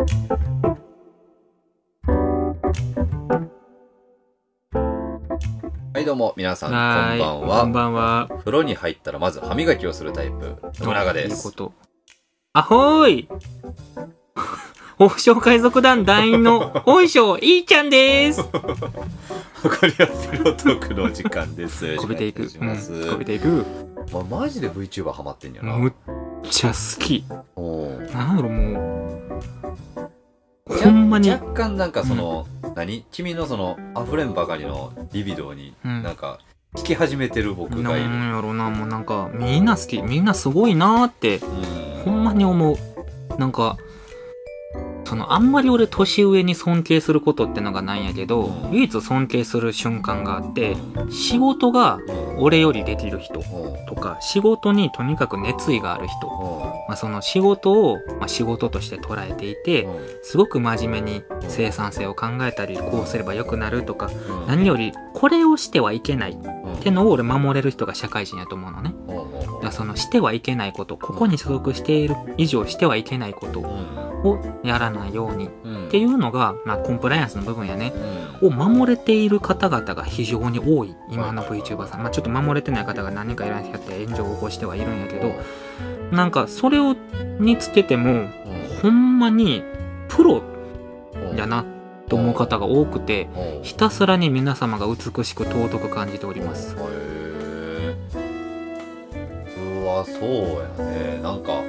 はいどうも皆さんこんばんは。 こんばんは。 風呂に入ったらまず歯磨きをするタイプ信長です。 いいこと。あほーい。王将海賊団団員の王将いいちゃんです。 これはピロトークの時間です。 こびていく。 こびていく。 マジで VTuber ハマってんやな。 むっちゃ好き。なんだろうもう。 ほんまに若干なんかその、君のその溢れんばかりのリビドーになんか聞き始めてる僕がいる。 なんやろな、もうなんかみんな好き、みんなすごいなーって、ほんまに思う。なんかそのあんまり俺年上に尊敬することってのがないんやけど、唯一尊敬する瞬間があって、仕事が俺よりできる人とか、仕事にとにかく熱意がある人、その仕事を、仕事として捉えていて、すごく真面目に生産性を考えたり、こうすれば良くなるとか、何よりこれをしてはいけないってのを俺守れる人が社会人やと思うのね。だからそのしてはいけないこと、ここに所属している以上してはいけないことをやらないようにっていうのが、コンプライアンスの部分やね、を守れている方々が非常に多い今の VTuber さん。ちょっと守れてない方が何人かいらっしゃって炎上を起こしてはいるんやけど、なんかそれにつけてもほんまにプロやなと思う方が多くて、ひたすらに皆様が美しく尊く感じております。 そうやね。なんか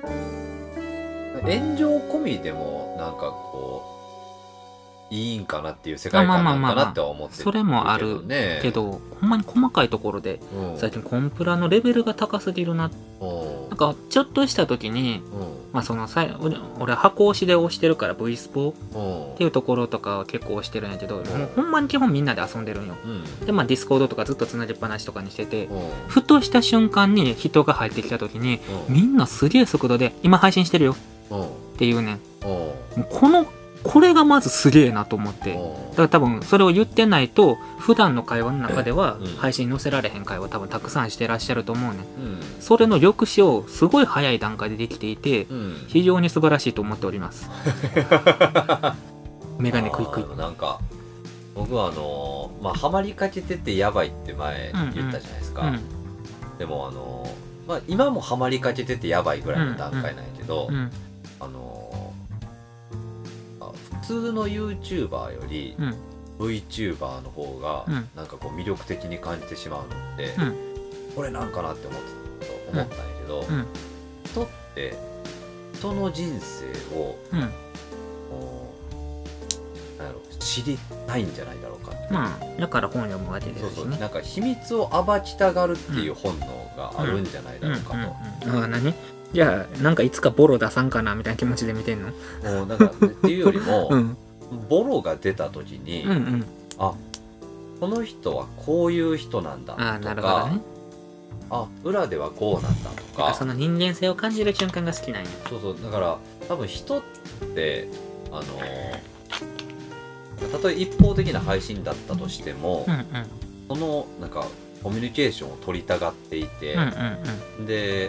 炎上込みでもなんかこういいんかなっていう世界観なんかなっては思ってるけどね。 それもあるけど、ほんまに細かいところで、最近コンプラのレベルが高すぎるな。なんかちょっとした時に、その俺箱押しで押してるから V スポっていうところとかは結構押してるんやけど、もうほんまに基本みんなで遊んでるんよ。でディスコードとかずっとつなぎっぱなしとかにしてて、ふとした瞬間に人が入ってきた時に、みんなすげえ速度で今配信してるよっていうねん。これがまずすげえなと思って。だから多分それを言ってないと普段の会話の中では配信に載せられへん会話多分たくさんしてらっしゃると思うね。それの抑止をすごい早い段階でできていて、非常に素晴らしいと思っております。メガネクイクイ。 なんか僕はハマりかけててやばいって前言ったじゃないですか。でも今もハマりかけててやばいぐらいの段階なんやけど、普通の YouTuber より VTuber の方がなんかこう魅力的に感じてしまうのって、これなんかなって思ったんやけど、人って人の人生を知りたいんじゃないだろうかって。 だから本読むわけですしね。 なんか秘密を暴きたがるっていう本能があるんじゃないだろうかと。 何？じゃあなんかいつかボロ出さんかなみたいな気持ちで見てんの？ なんかっていうよりも、ボロが出た時に、あ、この人はこういう人なんだとか、 なるほどね。 裏ではこうなんだとか、 その人間性を感じる瞬間が好きなんや。 だから多分人ってたとえ一方的な配信だったとしても、そのなんかコミュニケーションを取りたがっていて、で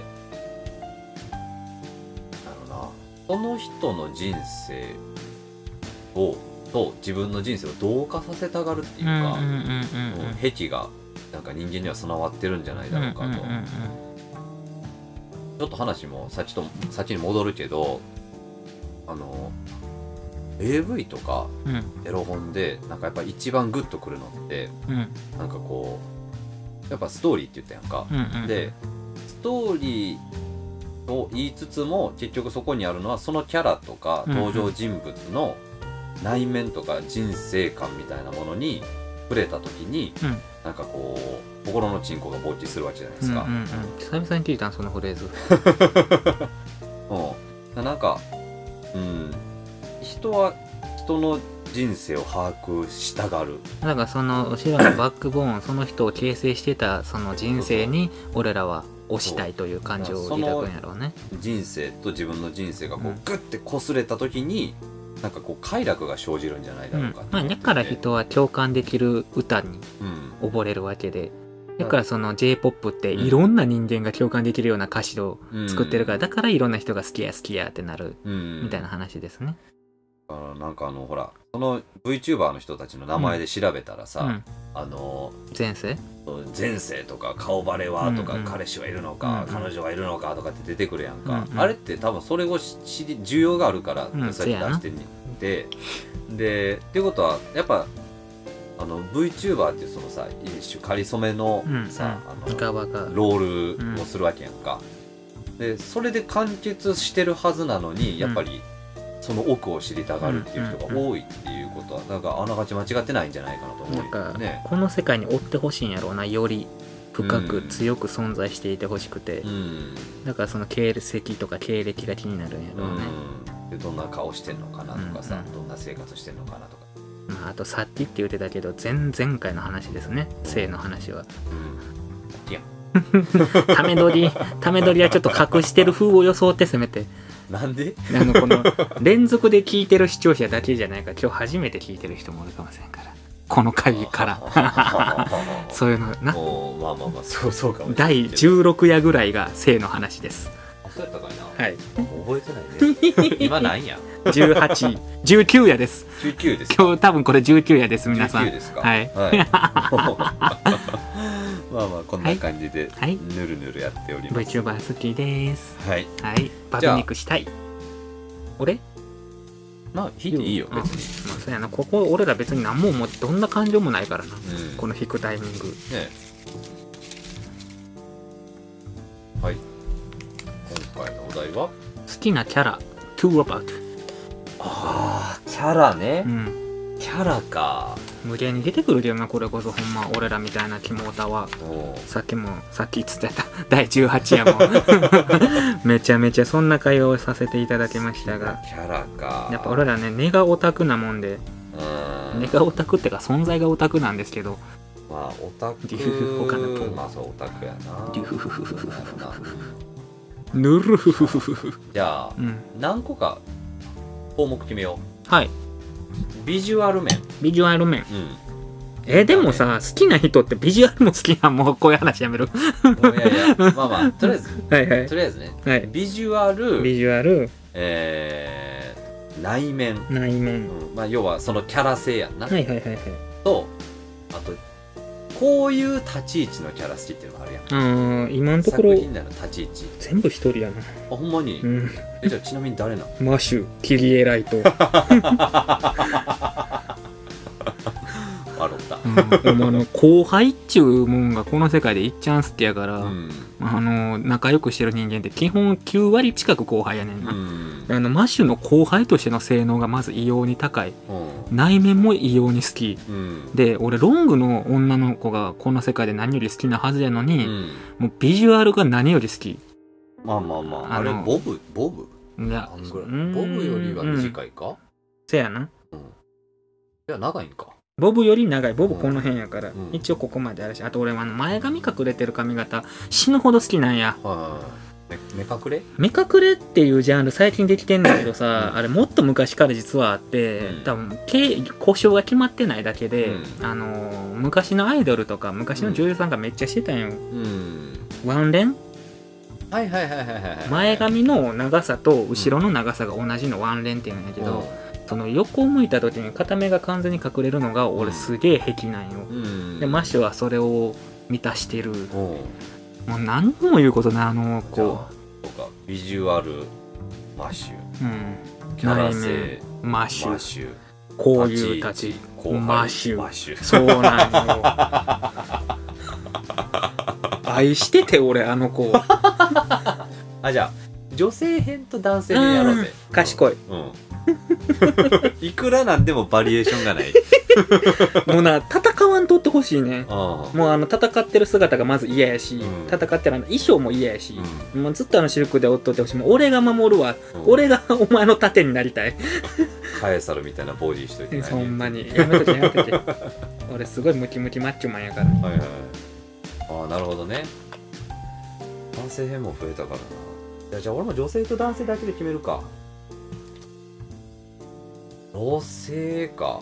その人の人生と自分の人生を同化させたがるっていうか、癖がなんか人間には備わってるんじゃないだろうかと。ちょっと話も先に戻るけど、AV とかエロ本でなんかやっぱ一番グッとくるのって、なんかこうやっぱストーリーって言ったやんか。でストーリーと言いつつも結局そこにあるのはそのキャラとか登場人物の内面とか人生観みたいなものに触れた時に、なんかこう心の鎮魂が勃起するわけじゃないですか。 久々に聞いたんそのフレーズ。 なんか人は人の人生を把握したがる。 なんかその後ろのバックボーン、その人を形成してたその人生に俺らは推したいという感情を抱くんやろうね。 人生と自分の人生がこうグッて擦れた時に、なんかこう快楽が生じるんじゃないだろうかって、 だから人は共感できる歌に溺れるわけで、だからその J-POP っていろんな人間が共感できるような歌詞を作ってるから、だからいろんな人が好きや好きやってなるみたいな話ですね。 なんかほらその VTuber の人たちの名前で調べたらさ、 前世とか顔バレはとか、彼氏はいるのか、彼女はいるのかとかって出てくるやんか、あれって多分それを需要があるからそうやって出してんで、っていうことはやっぱVTuber っていうそのさ一種仮初めのさ、 側がロールをするわけやんか、でそれで完結してるはずなのにやっぱりその奥を知りたがるっていう人が多いっていうことはなんかあながち間違ってないんじゃないかなと思うよね。 なんかこの世界に追ってほしいんやろうな、より深く強く存在していてほしくて、だからその経歴とか経歴が気になるんやろうね。 でどんな顔してんのかなとかさ、どんな生活してんのかなとか。 まあ、あとさっきって言ってたけど前々回の話ですね、性の話は。ため撮りはちょっと隠してる風を装ってせめて。 なんでこの連続で聞いてる視聴者だけじゃないから、今日初めて聞いてる人もおるかもしれんから、この回からそういうのな。 まあそうかもしれない。 第16夜ぐらいが性の話です。 そうやったかいな。 はい。 覚えてないね。今何や 18、19夜です。 19です。 今日多分これ19夜です、皆さん。 19ですか。 はい。 まあこんな感じでぬるぬるやっております。 VTuber 好きです。 はい。 はい。バド肉したい。俺？ まあ弾いていいよ別に。 まあそうやな。ここ俺ら別に何もどんな感情もないからな。この弾くタイミング。ね。 はい。今回のお題は？ 好きなキャラ。To about。 ああ、キャラね。キャラか。 無限に出てくるけどな、これこそほんま俺らみたいなキモータは。さっき言ってた第18夜もめちゃめちゃそんな会話をさせていただきましたが、 キャラか。 やっぱ俺らね、根がオタクなもんで、根がオタクってか存在がオタクなんですけど、 まあオタクまあそうオタクやな。 ぬるふふふふ。 じゃあ何個か項目決めよう。はい。 ビジュアル面。 でもさ、好きな人ってビジュアルも好きな、もうこういう話やめろ。 いやまあとりあえずとりあえずね、ビジュアル内面、まあ要はそのキャラ性やんな。とあとこういう立ち位置のキャラ好きっていうのがあるやん。 今のところ作品内の立ち位置全部一人やな。 ほんまに。じゃあちなみに誰なの？ マシュ、キリエライト。 笑った。 後輩っちゅうもんがこの世界でいっちゃん好きやから、仲良くしてる人間って基本9割近く後輩やねんな。マシュの後輩としての性能がまず異様に高い。内面も異様に好き。で、俺ロングの女の子がこの世界で何より好きなはずやのに、もうビジュアルが何より好き。 まああれボブいやボブよりは短いか。 せやな。いや長いんか。 ボブより長い。ボブこの辺やから、一応ここまであるし、あと俺は前髪隠れてる髪型死ぬほど好きなんや。 目隠れっていうジャンル最近できてんだけどさ、あれもっと昔から実はあって、多分故障が決まってないだけで、昔のアイドルとか昔の女優さんがめっちゃしてたんよ。ワンレン、前髪の長さと後ろの長さが同じのワンレンっていうんやけど、その横を向いた時に片目が完全に隠れるのが俺すげえ癖なんよ。でマッシュはそれを満たしてる。もう何とも言うことないあの子。 そうか、ビジュアルマッシュ、キャラ性マッシュ、こういう立ちマッシュ、そうなんよ。愛してて俺あの子。 じゃあ女性編と男性編やろうぜ。 賢い。 いくらなんでもバリエーションがない。 もうな、戦わんとってほしいね。もう戦ってる姿がまず嫌やし、戦ってる衣装も嫌やし、もうずっとシルクでおっとってほしい。もう俺が守るわ。俺がお前の盾になりたい。 カエサルみたいなボディしといて。 ほんまに。やめとけやめとけ。俺すごいムキムキマッチョマンやから。 なるほどね。男性編も増えたからな。じゃあ俺も女性と男性だけで決めるか。女性か。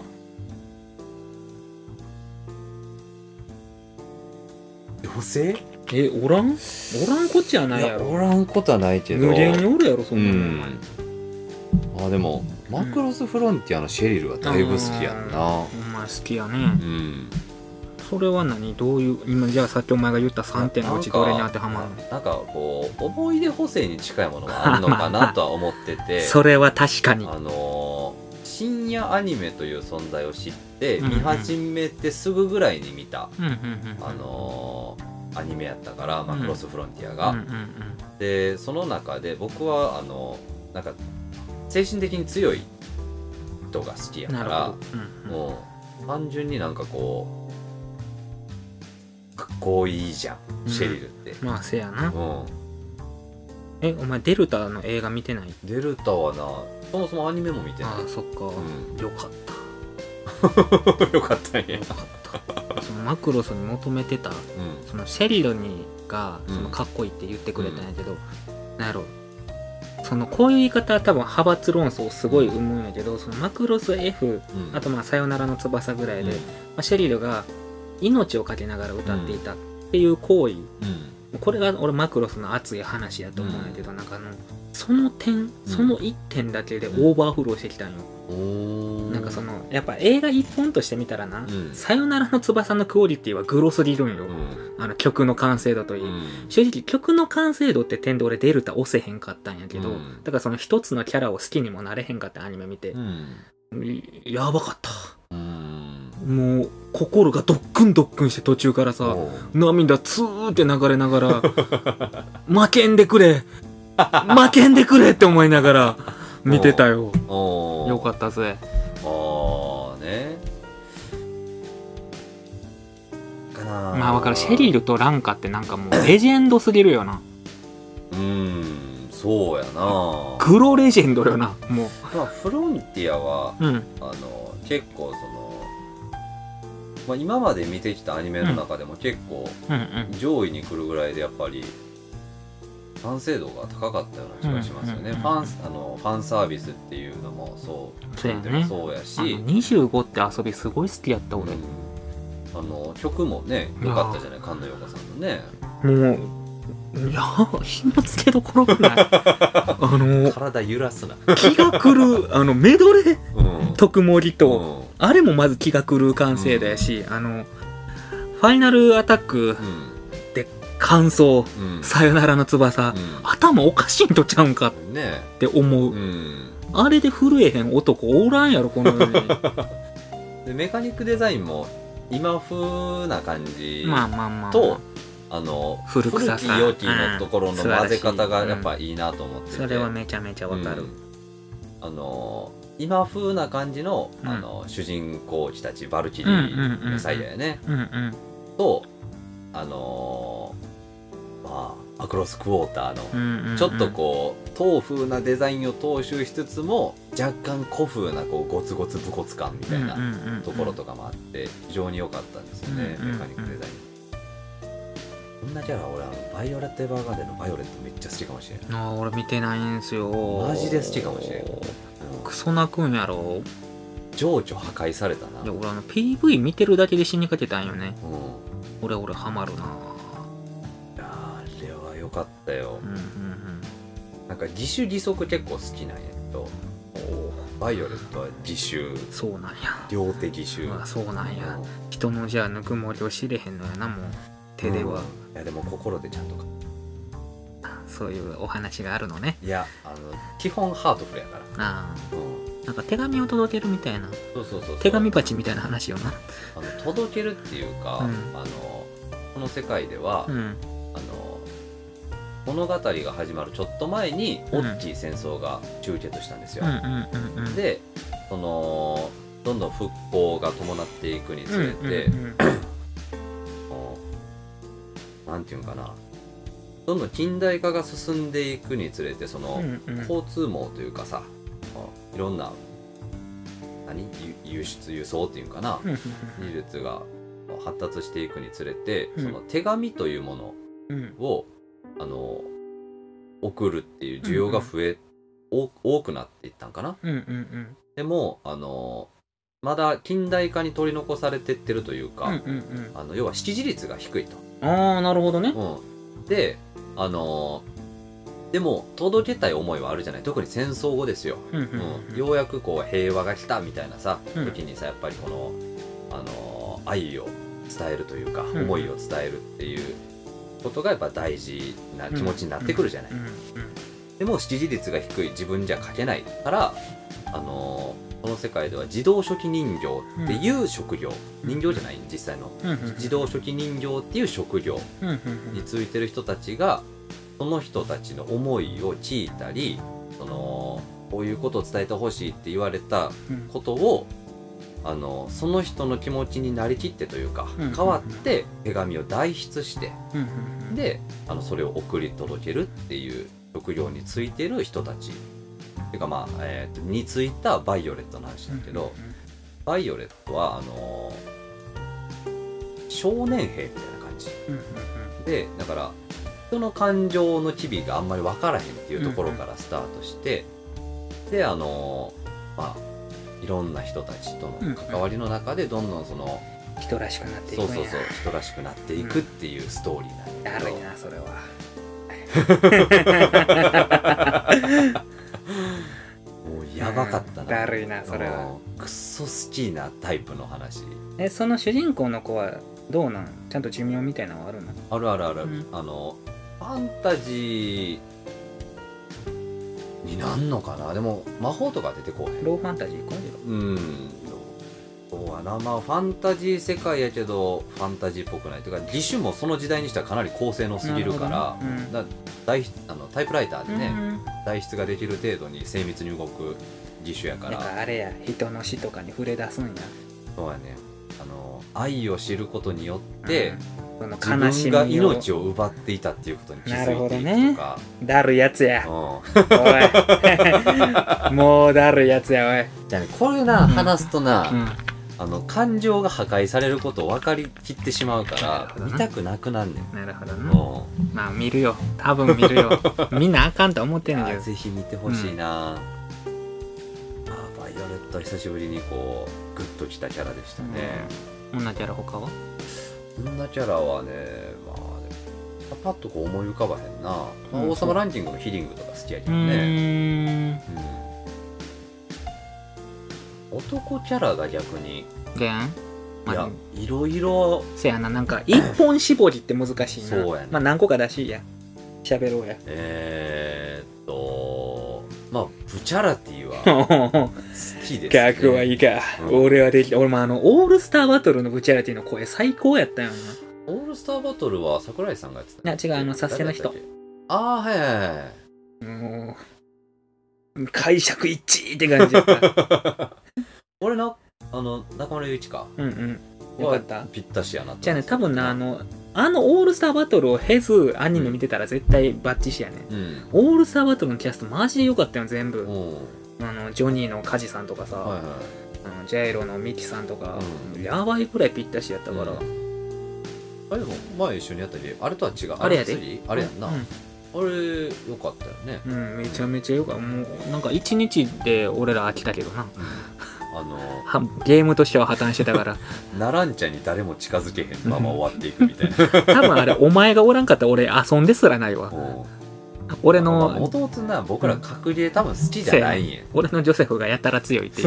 女性？ おらんこっちゃないやろ。 おらんことはないけど。 無限におるやろそんなもん。 あでもマクロスフロンティアのシェリルはだいぶ好きやんな。 お前好きやね。それは何、どういう、今じゃあさっきお前が言った3点のうちどれに当てはまるの？ なんかこう思い出補正に近いものがあるのかなとは思っててそれは確かに深夜アニメという存在を知って見始めてすぐぐらいに見たアニメやったから、マクロスフロンティアが。でその中で僕はなんか精神的に強い人が好きやから、もう単純になんかこうかっこいいじゃん、シェリルって。 まあせやな。お前デルタの映画見てない？ デルタはな、そもそもアニメも見てない。 ああそっか、よかったよかったんや。 よかった。そのマクロスに求めてた、そのシェリルがそのかっこいいって言ってくれたんやけど、なんやろ、そのこういう言い方は多分派閥論争をすごい生むんやけど、そのマクロス F、あとまあさよならの翼ぐらいで、シェリルが命をかけながら歌っていたっていう行為、これが俺マクロスの熱い話やと思うんやけど、なんかその点、その1点だけでオーバーフローしてきたんよ。なんかそのやっぱ映画一本として見たらな、さよならの翼のクオリティはグロすぎるんよ、曲の完成度といい、正直曲の完成度って点で俺デルタ押せへんかったんやけど、だからその一つのキャラを好きにもなれへんかったアニメ見て、やばかった。もう心がドックンドックンして途中からさ、涙ツーって流れながら負けんでくれ負けんでくれって思いながら見てたよ。よかったぜ。まあ分かる。シェリルとランカってなんかもうレジェンドすぎるよな。 そうやな。 黒レジェンドよな。もうまあフロンティアは、結構今まで見てきたアニメの中でも結構上位に来るぐらいでやっぱり完成度が高かったような気がしますよね。ファンサービスっていうのもそうやし、 25って遊びすごい好きやった俺。 曲もね良かったじゃない、菅野陽子さんのね。 もういや火のつけどころがない体揺らすな。 気が狂うメドレー、特盛と、あれもまず気が狂う完成度やし、ファイナルアタックで感想、さよならの翼、頭おかしいんとちゃうんかって思う、あれで震えへん男おらんやろこの世に。 でメカニックデザインも今風な感じと古き良きのところの混ぜ方がやっぱいいなと思ってて、 それはめちゃめちゃわかる。 今風な感じの主人公たちバルキリーメサイアやねとまあアクロスクォーターのちょっとこう東風なデザインを踏襲しつつも若干古風なこうゴツゴツ武骨感みたいなところとかもあって非常に良かったんですよね、メカニックデザイン。こんなキャラ俺バイオレット・エヴァーガーデンのバイオレットめっちゃ好きかもしれない。 俺見てないんすよ。 マジで好きかもしれん。 クソ泣くんやろ。 情緒破壊されたな。 いや俺PV 見てるだけで死にかけたんよね。俺ハマるな。 あれは良かったよ。なんか義手義足結構好きなんやけど、バイオレットは義手。 そうなんや。 両手義手。 そうなんや。人のじゃあぬくもりを知れへんのやな、もう手では。 いやでも心でちゃんとそういうお話があるのね。 いや基本ハートフルやから。 なんか手紙を届けるみたいな。 そう手紙鉢みたいな話よな。 届けるっていうか、この世界では、物語が始まるちょっと前に大きい戦争が終結したんですよ。でどんどん復興が伴っていくにつれて、なんていうんかな、どんどん近代化が進んでいくにつれて交通網というかさ、いろんな輸出輸送っていうかな、技術が発達していくにつれて、その手紙というものを、送るっていう需要が多くなっていったんかな。でもまだ近代化に取り残されてってるというか、要は識字率が低いと。 なるほどね。 ででも届けたい思いはあるじゃない。特に戦争後ですよ、ようやくこう平和が来たみたいなさ、時にさ、やっぱりこの愛を伝えるというか、思いを伝えるっていうことがやっぱ大事な気持ちになってくるじゃない。でも支持率が低い、自分じゃ書けないから、この世界では自動書記人形っていう職業、人形じゃない実際の、自動書記人形っていう職業についてる人たちが、その人たちの思いを聞いたり、こういうことを伝えてほしいって言われたことを、その人の気持ちになりきってというか、変わって手紙を代筆して、でそれを送り届けるっていう職業についてる人たちっていうか、まあについたバイオレットの話だけど、バイオレットは少年兵みたいな感じ、でだから人の感情の機微があんまり分からへんっていうところからスタートして、でまあいろんな人たちとの関わりの中でどんどんその人らしくなっていくんや。 そう人らしくなっていくっていうストーリーなんだけど、 だるいなそれは。 もうやばかったな、 だるいなそれは。 クソ好きなタイプの話。 その主人公の子はどうなん？ちゃんと寿命みたいなのはあるの？ あるあるある、ファンタジーになんのかな。でも魔法とか出てこうへん。 ローファンタジーか？ そうやな。まあファンタジー世界やけどファンタジーっぽくないというか、義手もその時代にしてはかなり高性能すぎるから、タイプライターでね、代筆ができる程度に精密に動く義手やから。 なんかあれや、人の死とかに触れ出すんや。 そうやね。愛を知ることによって、自悲しみ分が命を奪っていたっていうことに気づいていくとか。 だるいやつや。おい。もうだるいやつや、おい。 じゃあね、これな、話すとな、感情が破壊されることを分かりきってしまうから、見たくなくなんねん。 なるほどな。まあ見るよ。多分見るよ。みんなあかんと思ってんねんけど。 ぜひ見てほしいな。バイオレットは久しぶりにこう、グッときたキャラでしたね。 女キャラ他は？ 女キャラはね、まあパッとこう思い浮かばへんな。王様ランキングのヒリングとか好きやけどね。男キャラが逆にいや、いろいろせやな。なんか一本絞りって難しいな。 そうやね。 まあ何個か出しや喋ろうや。 まあブチャラティは好きですね。 逆はいいか、俺はできた。俺もオールスターバトルのブチャラティの声最高やったよな。 オールスターバトルは桜井さんがやってた？ いや違う、サスケの人。 ああ、はいはいはい。 もう解釈一致って感じやった。 俺の中村祐一か。 よかった。 ぴったしやな。 じゃあね、多分なオールスターバトルを経ずアニメ見てたら絶対バッチシやね。オールスターバトルのキャストマジでよかったよ全部。ジョニーのカジさんとかさ、ジャイロのミキさんとか、やばいくらいぴったしやったから。 あれでも前一緒にやったり、あれとは違う。 あれやで。 あれやんな。あれよかったよね。 めちゃめちゃよかった。もうなんか1日で俺ら飽きたけどな。ゲームとしては破綻してたから。 ナランちゃんに誰も近づけへんまま終わっていくみたいな。 多分あれお前がおらんかったら俺遊んですらないわ。俺のもともとな、僕ら格ゲー多分好きじゃないんや。 俺のジョセフがやたら強いっていう。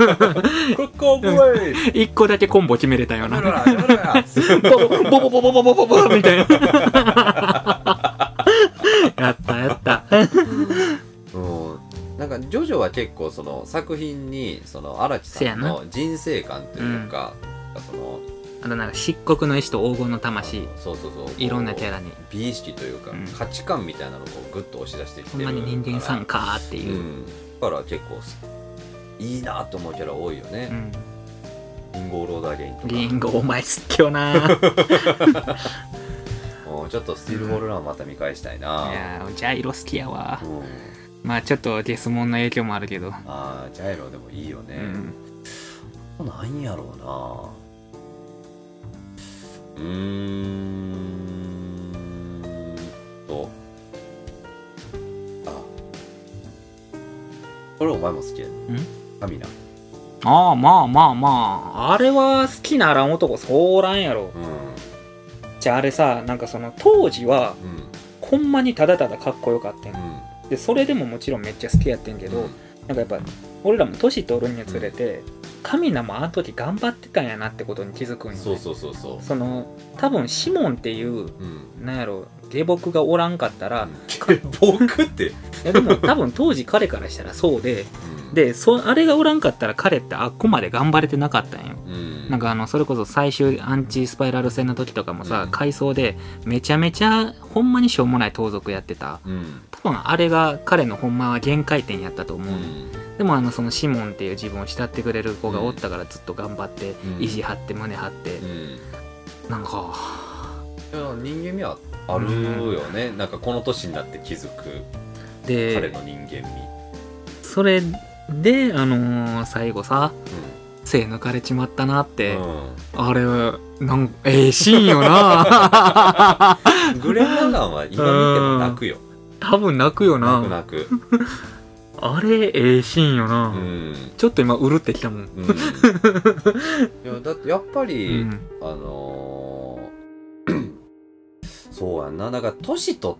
一個だけコンボ決めれたよな。ボボボボボボボボみたいな。やったやった。 なんかジョジョは結構その作品にその荒木さんの人生観というか、 なんか漆黒の意志と黄金の魂、いろんなキャラに美意識というか、価値観みたいなのをグッと押し出してきてる。 ほんまに人間さんかっていう、 だから結構いいなと思うキャラ多いよね。リンゴローダーゲインとか。 リンゴお前好きよな。 ちょっとスティールボールランまた見返したいな。 いやジャイロ好きやわ。まあちょっとゲスモンの影響もあるけど。 ジャイロでもいいよね。なんやろうな。これお前も好きやね。カミナ。 まあまああれは好きならん男そらんやろ。じゃああれさ、なんかその当時は、 ほんまにただただかっこよかったん、でそれでももちろんめっちゃ好きやってんけど、なんかやっぱ俺らも年取るにつれて、カミナもあの時頑張ってたんやなってことに気づくんよね。その多分シモンっていう、なんやろ下僕がおらんかったら、 下僕っていやでも多分当時彼からしたらそうで、あれがおらんかったら彼ってあっこまで頑張れてなかったんよ。なんかそれこそ最終アンチスパイラル戦の時とかもさ、回想でめちゃめちゃほんまにしょうもない盗賊やってた、多分あれが彼のほんまは限界点やったと思う、でもそのシモンっていう自分を慕ってくれる子がおったからずっと頑張って、意地張って胸張って、なんかいや人間味はあるよね、なんかこの年になって気づくで彼の人間味。 それで最後さ、背抜かれちまったなって、あれはシーンよなグレン・ラガンは今見ても泣くよ、 多分泣くよな、 泣くあれシーンよな、ちょっと今うるってきたもん、いやだってやっぱり、そうやんな、だから年取って、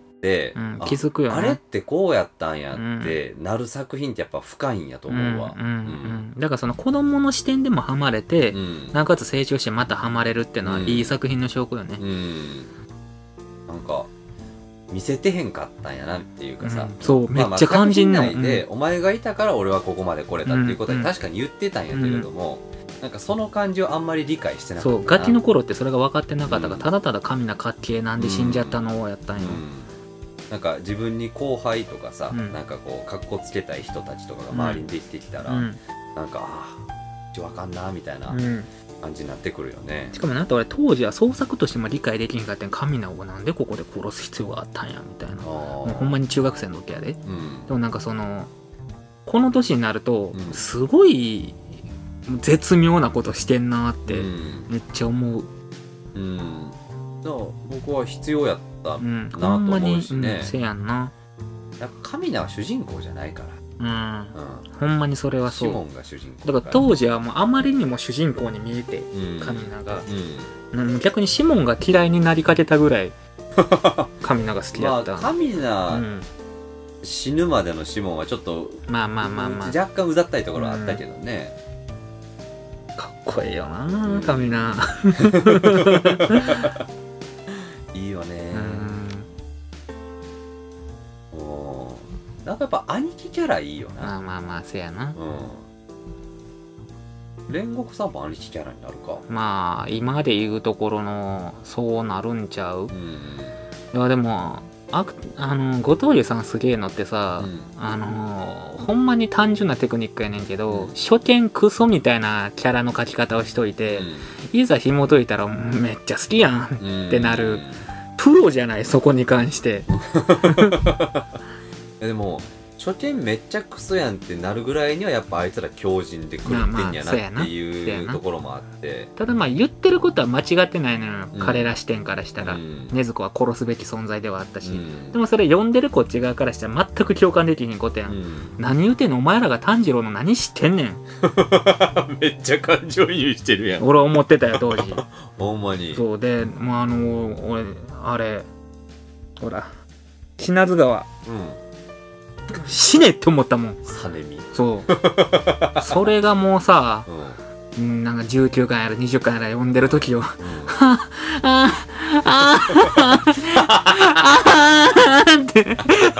気づくよね、 あれってこうやったんやってなる作品ってやっぱ深いんやと思うわ。 だからその子供の視点でもハマれて、なおかつ成長してまたハマれるっていうのは、いい作品の証拠よね。 なんか見せてへんかったんやなっていうかさ、 そうめっちゃ肝心なので、お前がいたから俺はここまで来れたっていうことは確かに言ってたんやけれども、なんかその感じをあんまり理解してなかったな。 そうガキの頃ってそれが分かってなかったから、ただただ神なかっけえなんで死んじゃったのをやったんよ。 なんか自分に後輩とかさ、なんかこうかっこつけたい人たちとかが周りにできてきたら、なんかわかんなみたいな感じになってくるよね。 しかもなんと俺当時は創作としても理解できんかったん、神なをなんでここで殺す必要があったんやみたいな、もうほんまに中学生の時やで、でもなんかこの年になるとすごい絶妙なことしてんなってめっちゃ思う。 僕は必要やったなと思うしね。 せやんな。 やっぱ神名は主人公じゃないから。 ほんまにそれはそう。 シモンが主人公だから当時はもうあまりにも主人公に見えて、神名が、逆にシモンが嫌いになりかけたぐらい神名が好きだった。 神名、死ぬまでのシモンはちょっと若干うざったいところはあったけどね。 かっこいいよな神名。 いいよね。なんかやっぱ兄貴キャラいいよな。 まあせやな。 煉獄さんも兄貴キャラになるか。 まあ今で言うところのそうなるんちゃう。いやでも後藤龍さんすげえのってさ、ほんまに単純なテクニックやねんけど、初見クソみたいなキャラの描き方をしといて、いざ紐解いたらめっちゃ好きやんってなる、プロじゃないそこに関してでも初見めっちゃクソやんってなるぐらいにはやっぱあいつら強靭で狂ってんやなっていうところもあって、 ただまあ言ってることは間違ってないのよ、彼ら視点からしたら。禰豆子は殺すべき存在ではあったし、でもそれ読んでるこっち側からしたら全く共感できひんことやん。何言うてんのお前らが炭治郎の何知ってんねんめっちゃ感情移入してるやん。 俺は思ってたよ当時。 ほんまに。 そうでもう俺あれほら品津川、死ねって思ったもん。 サネミ。 そうそれがもうさ、なんか19巻やら20巻やら読んでる時をって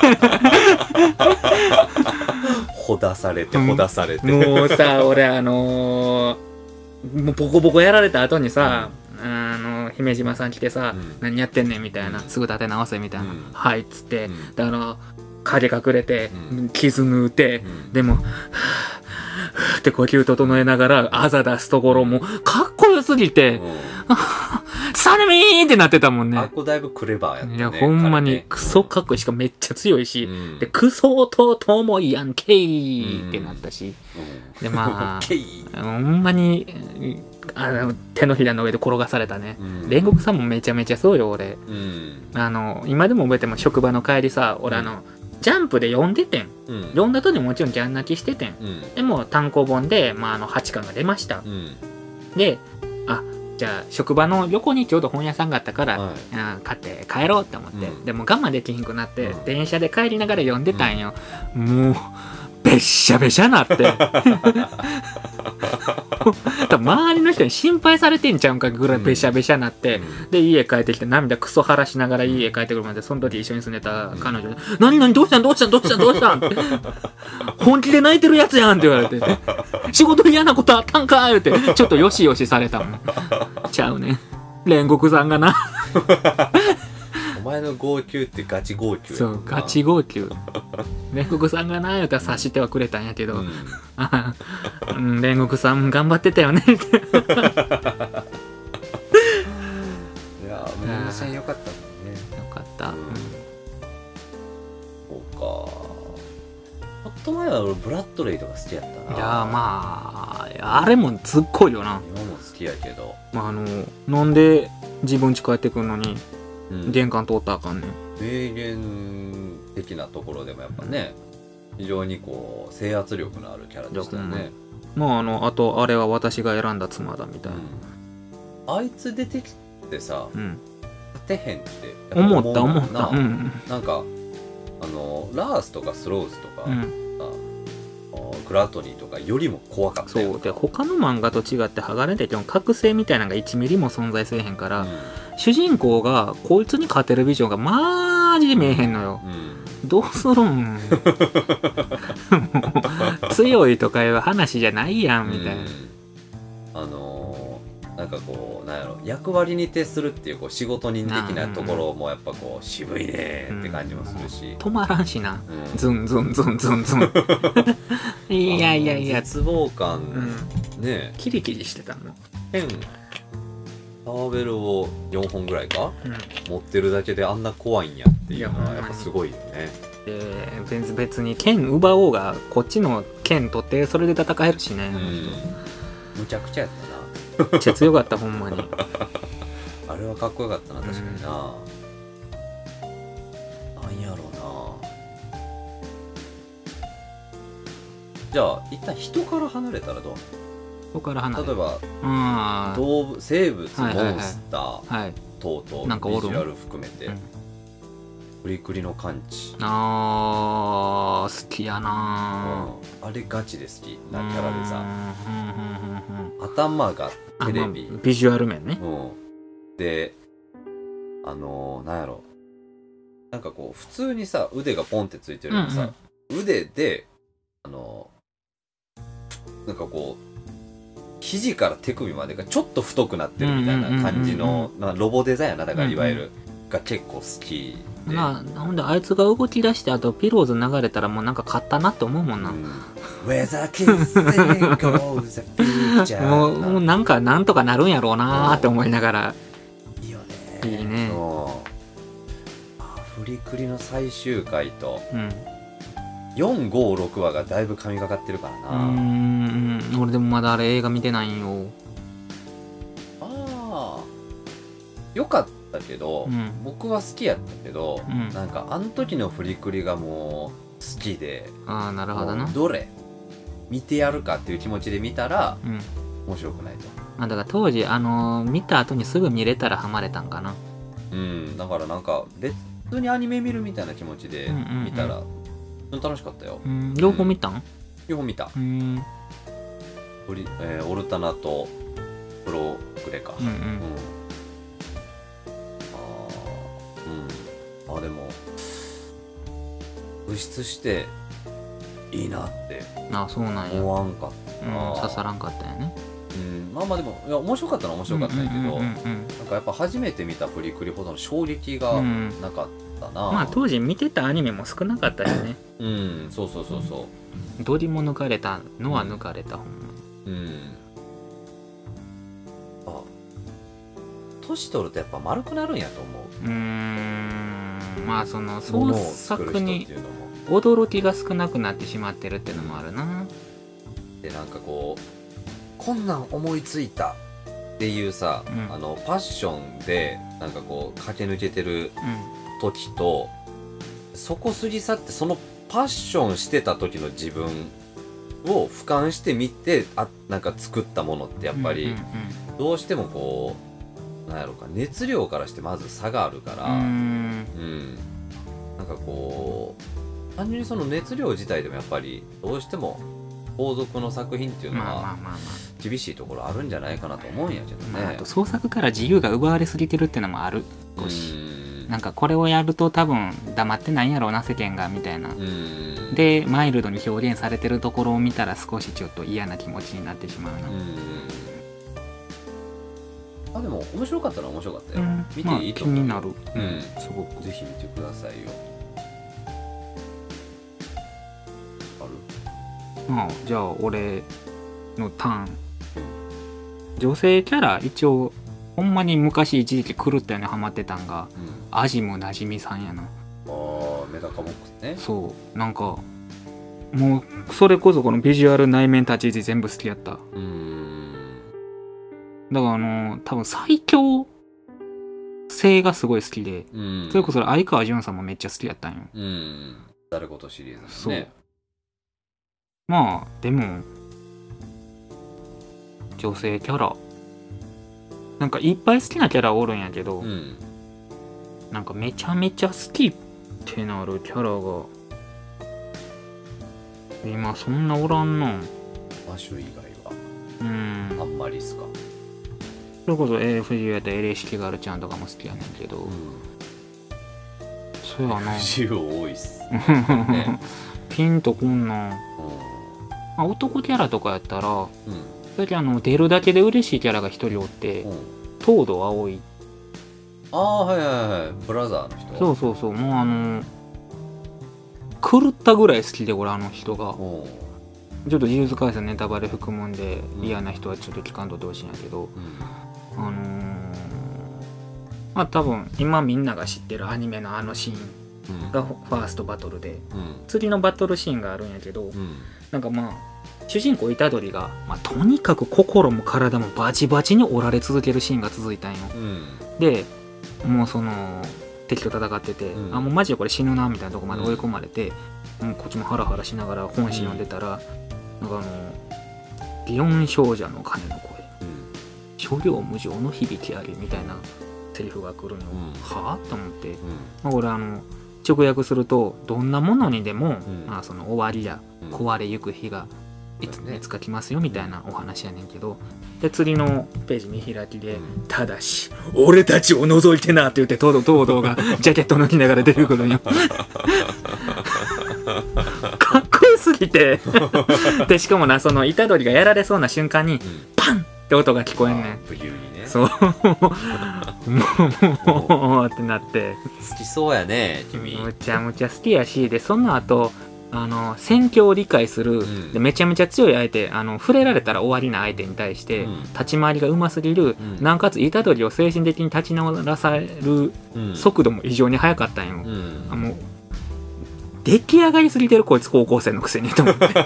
ほだされてほだされて、 もうさ俺もうボコボコやられた後にさ、姫島さん来てさ、何やってんねんみたいな、すぐ立て直せみたいな、はいっつって、影隠れて、傷縫うて、でもって呼吸整えながらあざ出すところもかっこよすぎて、サネミーってなってたもんね。 あっこだいぶクレバーやったね。 いやほんまにクソかっこいいしかめっちゃ強いし、でクソとともやんけいってなったし、でまあほんまに手のひらの上で転がされたね。煉獄さんもめちゃめちゃそうよ俺。今でも覚えても職場の帰りさ、俺ジャンプで読んでてん、読んだ時ももちろんギャン泣きしててん、でも単行本で、8巻が出ました、でじゃあ職場の横にちょうど本屋さんがあったから、はい、買って帰ろうって思って、でも我慢できひんくなって、電車で帰りながら読んでたんよ、もうべっしゃべしゃなって周りの人に心配されてんちゃうんかぐらいべしゃべしゃなって、で家帰ってきて涙クソ晴らしながら家帰ってくるまで、その時一緒に住んでた彼女に「何何どうしたんどうしたんどうしたんどうしたん」って「本気で泣いてるやつやん」って言われて「仕事嫌なことあったんかい」ってちょっとよしよしされたもん。ちゃうね、煉獄さんがなお前の号泣ってガチ号泣。 そうガチ号泣。煉獄さんがな言うたら察してはくれたんやけど、煉獄さん頑張ってたよねって。いやめっちゃ良かったもんね。 よかった、 そうか。ちょっと前は俺ブラッドレイとか好きやったな。 いやまああれもすっごいよな。 今も好きやけど、 なんで自分家帰ってくるのに玄関通ったらあかんねん。 名言的なところでもやっぱね、非常にこう制圧力のあるキャラでしたよね。 まああとあれは私が選んだ妻だみたいな、 あいつ出てきてさ、勝てへんって思った。 なんかラースとかスローズとか、クラトニーとかよりも怖かったよ。 そうで他の漫画と違って鋼で覚醒みたいなのが1ミリも存在せえへんから、主人公がこいつに勝てるビジョンがマジで見えへんのよ、どうするん強いとかいう話じゃないやんみたいな、 なんかこうなんやろ、役割に徹するっていうこう仕事人的なところもやっぱこう渋いねって感じもするし、 止まらんしな、ズンズンズンズンズンいやいやいや絶望感、ねキリキリしてたもん。 パワーベルを4本ぐらいか、持ってるだけであんな怖いんやっていうのはやっぱすごいよね。 別に剣奪おうがこっちの剣取ってそれで戦えるしね、 むちゃくちゃやったな。 めっちゃ強かったほんまにあれはかっこよかったな、確かにな。なんやろうな。じゃあ一旦人から離れたらどう？ 人から離れ例えば動物、生物、モンスター等々ビジュアル含めて、フリクリの感知、 好きやな、 あれガチで好きなキャラでさ、頭がテレビ、 ビジュアル面ね、 でなんやろ、なんかこう普通にさ腕がポンってついてるのさ、腕でなんかこう肘から手首までがちょっと太くなってるみたいな感じのロボデザインやな、だからいわゆるが結構好きで、 なんであいつが動き出してあとピローズ流れたらもうなんか勝ったなって思うもんな、もうなんかなんとかなるんやろうなーって思いながら、 いいよね、 いいね。 フリクリの最終回と、456話がだいぶ神がかってるからな。 俺でもまだあれ映画見てないんよ。 よかったけど、僕は好きやったけど、なんかあの時のフリクリがもう好きで、 なるほどな、 どれ見てやるかっていう気持ちで見たら、面白くないと。 だから当時見た後にすぐ見れたらハマれたんかな。 だからなんか別にアニメ見るみたいな気持ちで見たら楽しかったよ。 両方見たん？ 両方見た。オルタナとプログレか。でも物質していいなってそうなんや、 思わんかったな、 刺さらんかったよね。 まあでもいや面白かったのは面白かったんやけど、なんかやっぱ初めて見たフリクリほどの衝撃がなかったな。 当時見てたアニメも少なかったよね。 そうそうそうそう。 ドリも抜かれたのは抜かれた、ほんま。年取るとやっぱ丸くなるんやと思う。 その創作に驚きが少なくなってしまってるっていうのもあるな。 でなんかこうこんなん思いついたっていうさ、パッションでなんかこう駆け抜けてる時と、そこ過ぎ去ってそのパッションしてた時の自分を俯瞰してみてなんか作ったものってやっぱりどうしてもこうなんやろか熱量からしてまず差があるからなんかこう単純にその熱量自体でもやっぱりどうしても後続の作品っていうのは厳しいところあるんじゃないかなと思うんやけどね。 あと創作から自由が奪われすぎてるっていうのもあるなんかこれをやると多分黙ってないんやろうな世間がみたいなでマイルドに表現されてるところを見たら少しちょっと嫌な気持ちになってしまうな。 でも面白かったら面白かったよ、見ていいと思う、 気になる、すごくぜひ見てくださいよ。 じゃあ俺のターン女性キャラ一応ほんまに昔一時期狂ったようにハマってたんが、アジムなじみさんやな。 メダカモックスね。 そうなんかもうそれこそこのビジュアル内面立ち位置全部好きやった。だから多分最強性がすごい好きで、それこそ相川潤さんもめっちゃ好きやったんよ。 誰事シリーズね。 まあでも女性キャラなんかいっぱい好きなキャラおるんやけど、なんかめちゃめちゃ好きってなるキャラが今そんなおらんな。 マシュ以外はあんまりっすか。 それこそ AFG やったら LA ガルちゃんとかも好きやねんけど、そうやな FGO 多いっす、 ピンとこんな、男キャラとかやったら、最近出るだけで嬉しいキャラが一人おって、東堂葵。 はいはいはい、ブラザーの人。 そうもう狂ったぐらい好きで俺人がちょっと呪術廻戦ネタバレ含むんで、嫌な人はちょっと聞かんとってほしいんやけど、まあ多分今みんなが知ってるアニメのシーンがファーストバトルで、次のバトルシーンがあるんやけど、なんかまあ主人公虎杖が、とにかく心も体もバチバチに折られ続けるシーンが続いたんよ。でもうその敵と戦ってて、もうマジでこれ死ぬなみたいなとこまで追い込まれて、こっちもハラハラしながら本心読んでたら、なんか祇園少女の鐘の声、諸行無常の響きありみたいなセリフが来るの、はぁと思って、俺直訳するとどんなものにでも、その終わりや壊れゆく日がいつか来ますよみたいなお話やねんけど、で次のページ見開きで「ただし俺たちを除いてな」って言って東堂がジャケット脱ぎながら出てくるんよ。かっこよすぎてでしかもな、その虎杖がやられそうな瞬間にパンって音が聞こえんねん。そうもうってなって好きそうやね君。 むちゃむちゃ好きやし、でその後戦況を理解する、でめちゃめちゃ強い相手、触れられたら終わりな相手に対して、立ち回りがうますぎる、なおかつ虎杖を精神的に立ち直らされる速度も異常に速かったんよ。もう出来上がりすぎてるこいつ高校生のくせにと思ってむ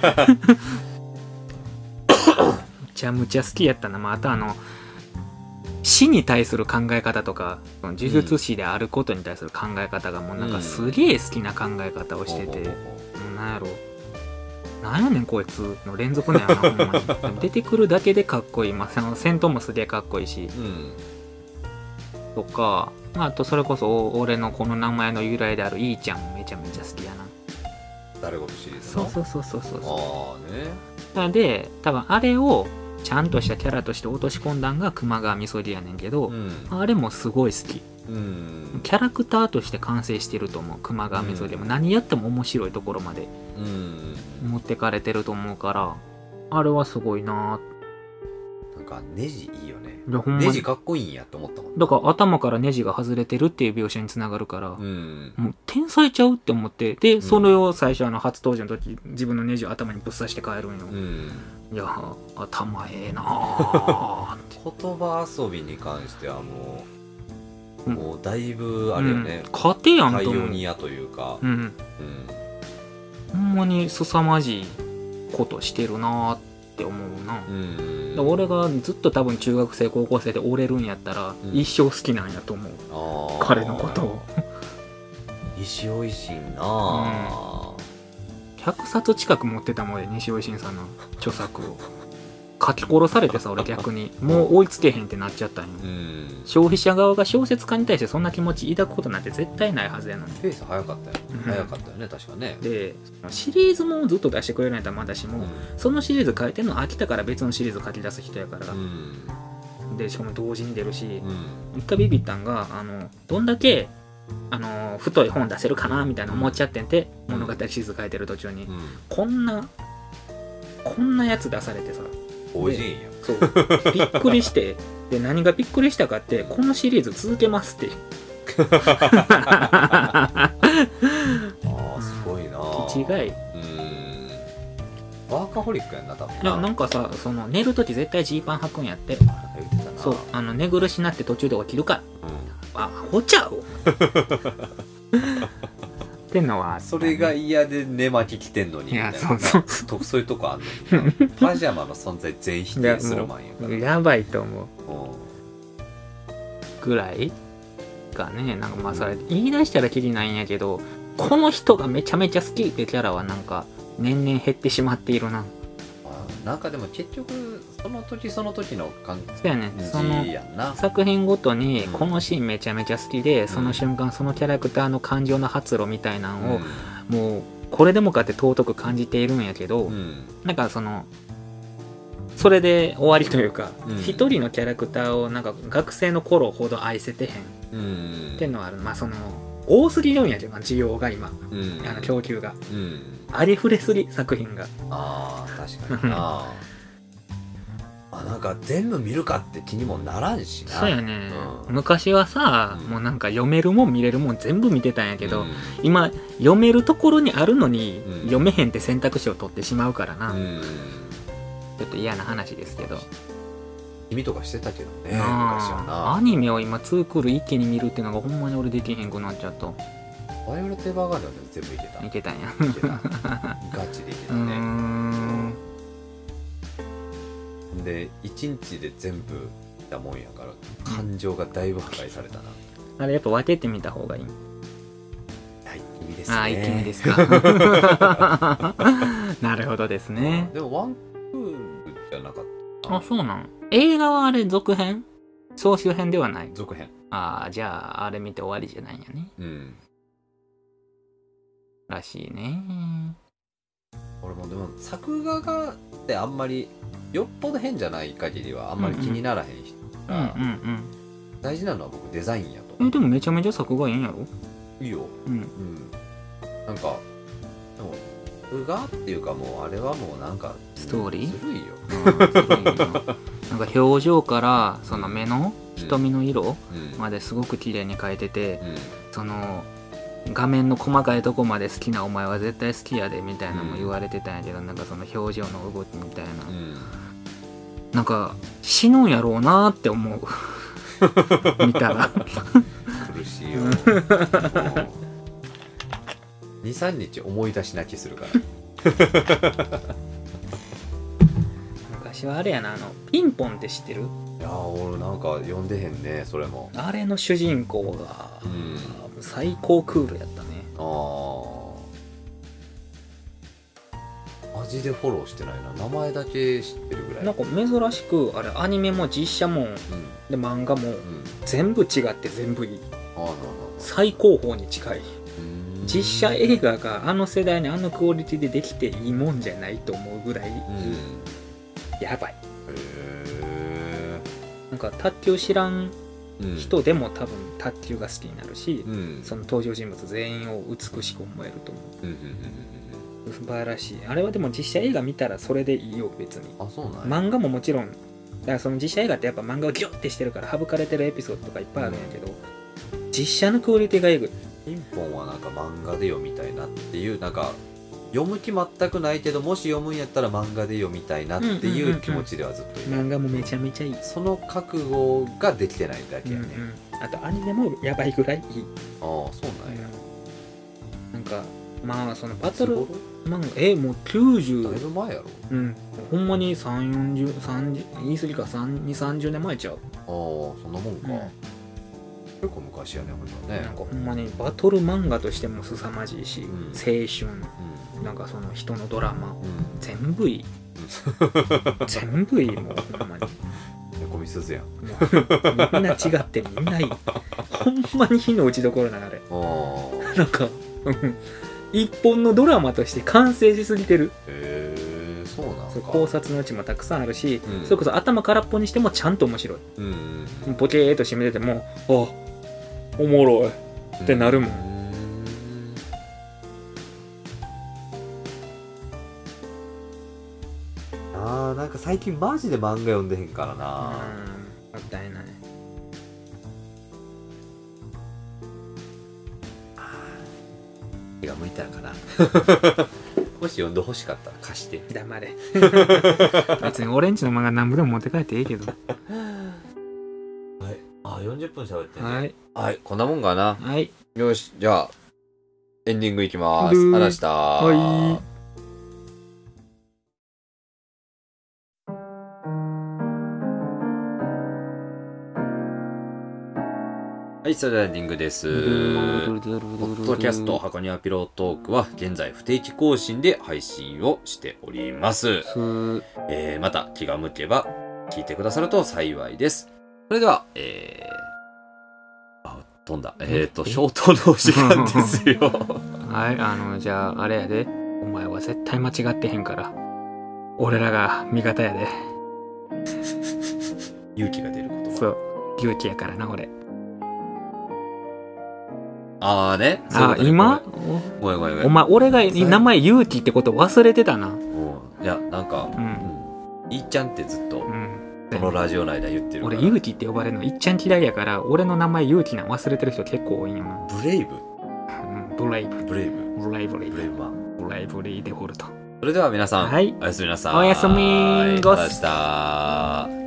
ちゃむちゃ好きやったな。あと死に対する考え方とか呪術師であることに対する考え方がもうなんかすげえ好きな考え方をしてて、なんやろなんやねんこいつの連続なんやなほんまに。でも出てくるだけでかっこいい、戦闘もすげえかっこいいし、とか、あとそれこそ俺のこの名前の由来であるいーちゃんめちゃめちゃ好きやな。 誰事シリーズの。 そうで多分あれをちゃんとしたキャラとして落とし込んだんが熊川みそりやねんけど、あれもすごい好き。キャラクターとして完成してると思う。熊川みそりも何やっても面白いところまで持ってかれてると思うから、あれはすごいな。 なんかネジいいよね。 ネジかっこいいんやって思ったもん。 だから頭からネジが外れてるっていう描写につながるから、もう天才ちゃうって思って、でそれを最初初登場の時自分のネジを頭にぶっ刺して帰るんよ。いや頭ええなーって言葉遊びに関してはもうだいぶあれよね、 家庭やんパイオニアというか、 ほんまに凄まじいことしてるなーって思うな。俺がずっと多分中学生高校生で折れるんやったら、一生好きなんやと思う、彼のことを。 西尾維新な、 100冊近く持ってたもんで西尾維新さんの著作を。 書き殺されてさ、俺逆にもう追いつけへんってなっちゃったんよ。消費者側が小説家に対してそんな気持ち抱くことなんて絶対ないはずやのに。 ペース早かったよ、早かったよね、確かね。 でシリーズもずっと出してくれないとまだしも、そのシリーズ書いてんの飽きたから別のシリーズ書き出す人やから、でしかも同時に出るし、一回ビビったんがどんだけ太い本出せるかなみたいな思っちゃってんて、物語シリーズ書いてる途中に、こんなやつ出されてさ、 おいしいんや。 そうびっくりして、で何がびっくりしたかって、このシリーズ続けますってああすごいな。 気違い。 ワーカホリックやんな多分。 いやなんかさ、その寝るとき絶対ジーパン履くんやって。そう寝苦しなって途中で起きるから、あほちゃうってのは、 それが嫌で寝巻き着てんのにみたいな。そういうとこあんのにパジャマの存在全否定するマンやから。 やばいと思うぐらいかね。なんかまあそれ言い出したらきりないんやけど、この人がめちゃめちゃ好きってキャラはなんか年々減ってしまっているな。 なんかでも結局その時その時の感じやね。 その作品ごとにこのシーンめちゃめちゃ好きで、その瞬間そのキャラクターの感情の発露みたいなのをもうこれでもかって尊く感じているんやけど、なんかそれで終わりというか、一人のキャラクターをなんか学生の頃ほど愛せてへんっていうのはある。まあ多すぎるんやけど、需要が今、供給が、ありふれすぎ作品が。 あー確かにななんか全部見るかって気にもならんしな。 そうやね、昔はさ、もうなんか読めるもん見れるもん全部見てたんやけど、今読めるところにあるのに、読めへんって選択肢を取ってしまうからな、ちょっと嫌な話ですけど。 君とかしてたけどね、昔はな。 アニメを今2クール一気に見るっていうのがほんまに俺できへんくなっちゃった。 バイオレット・エヴァーガーデンは全部いけたんや。ガチでいけたね。で1日で全部見たもんやから、感情がだいぶ破壊されたな。 あれやっぱ分けてみた方がいい。 はい、君ですね。 ああ、一気にですか。なるほどですね。 でもワンクールじゃなかった。 あ、そうなん。映画はあれ続編？総集編ではない。 続編。 ああ、じゃああれ見て終わりじゃないんやね。らしいね。 俺もでも作画がってあんまりよっぽど変じゃない限りはあんまり気にならへん人が、大事なのは僕デザインやと。 でもめちゃめちゃ作画いいんやろ。 いいよ。なんかでも作画っていうか、もうあれはもうなんかストーリーずるいよ。 なんか表情からその目の瞳の色まですごく綺麗に描いてて、その画面の細かいとこまで好きなお前は絶対好きやでみたいなのも言われてたんやけど、なんかその表情の動きみたいな、なんか死ぬんやろうなって思う見たら苦しいよ。23日思い出し泣きするから昔はあれやな、ピンポンって知ってる？ いや俺なんか読んでへんね。それもあれの主人公が、最高クールやったね。マジでフォローしてないな。名前だけ知ってるぐらい。なんか珍しくあれアニメも実写も、で漫画も、全部違って全部いい。最高峰に近い。実写映画があの世代にあのクオリティでできていいもんじゃないと思うぐらい、やばい。なんか卓球知らん人でも多分卓球が好きになるし、その登場人物全員を美しく思えると思う。素晴らしい。あれはでも実写映画見たらそれでいいよ別に。漫画ももちろんだから、その実写映画ってやっぱ漫画をギュッてしてるから省かれてるエピソードとかいっぱいあるんやけど、実写のクオリティがえぐい。 ピンポンはなんか漫画で読みたいなっていう、なんか読む気全くないけど、もし読むんやったら漫画で読みたいなっていう気持ちではずっといる。 漫画もめちゃめちゃいい。 その覚悟ができてないだけやね。 あとアニメもやばいぐらいいい。 ああ、そうなんや。 なんかまあそのバトル漫画もう90 だいぶ前やろ。 ほんまに3、40、30言い過ぎか、2、30年前ちゃう。 ああ、そんなもんか。 結構昔やねほんまね。 なんかほんまにバトル漫画としても凄まじいし、青春、なんかその人のドラマ、全部いい、全部いい、もうほんまに猫みすずやん。 みんな違ってみんないい。ほんまに火の打ちどころなあれ。なんか一本のドラマとして完成しすぎてる。 へえ、そうなんか。 考察のうちもたくさんあるし、それこそ頭空っぽにしてもちゃんと面白い。ポケーっと締めてても、あ、おもろいってなるもん。 なんか最近マジで漫画読んでへんからな。 もったいない。 気が向いたのかな。もし読んでほしかったら貸して。 黙れ。別にオレンジの漫画何部でも持って帰っていいけど。はい。 40分喋ってね。 はい。 はい、こんなもんかな。 はい。 よし、じゃあエンディングいきます。あらした。はい。はい、それではエンディングです。ポッドキャスト箱庭ピロートークは現在不定期更新で配信をしております。また気が向けば聞いてくださると幸いです。それでは、飛んだ。消灯のお時間ですよ。 はい、じゃあ、あれやで。お前は絶対間違ってへんから。俺らが味方やで。 勇気が出る言葉。 そう。勇気やからな、俺。 ね。 今ごめん。 お前、俺が名前勇気ってこと忘れてたな。 いや、なんか、いっちゃんってずっと、このラジオ内で言ってるから。 俺、勇気って呼ばれるのいっちゃん嫌いやから、俺の名前勇気なん忘れてる人結構多いんよな。 ブレイブブレイブリーデフォルト。 それでは皆さん、おやすみなさい。 おやすみー。 また明日。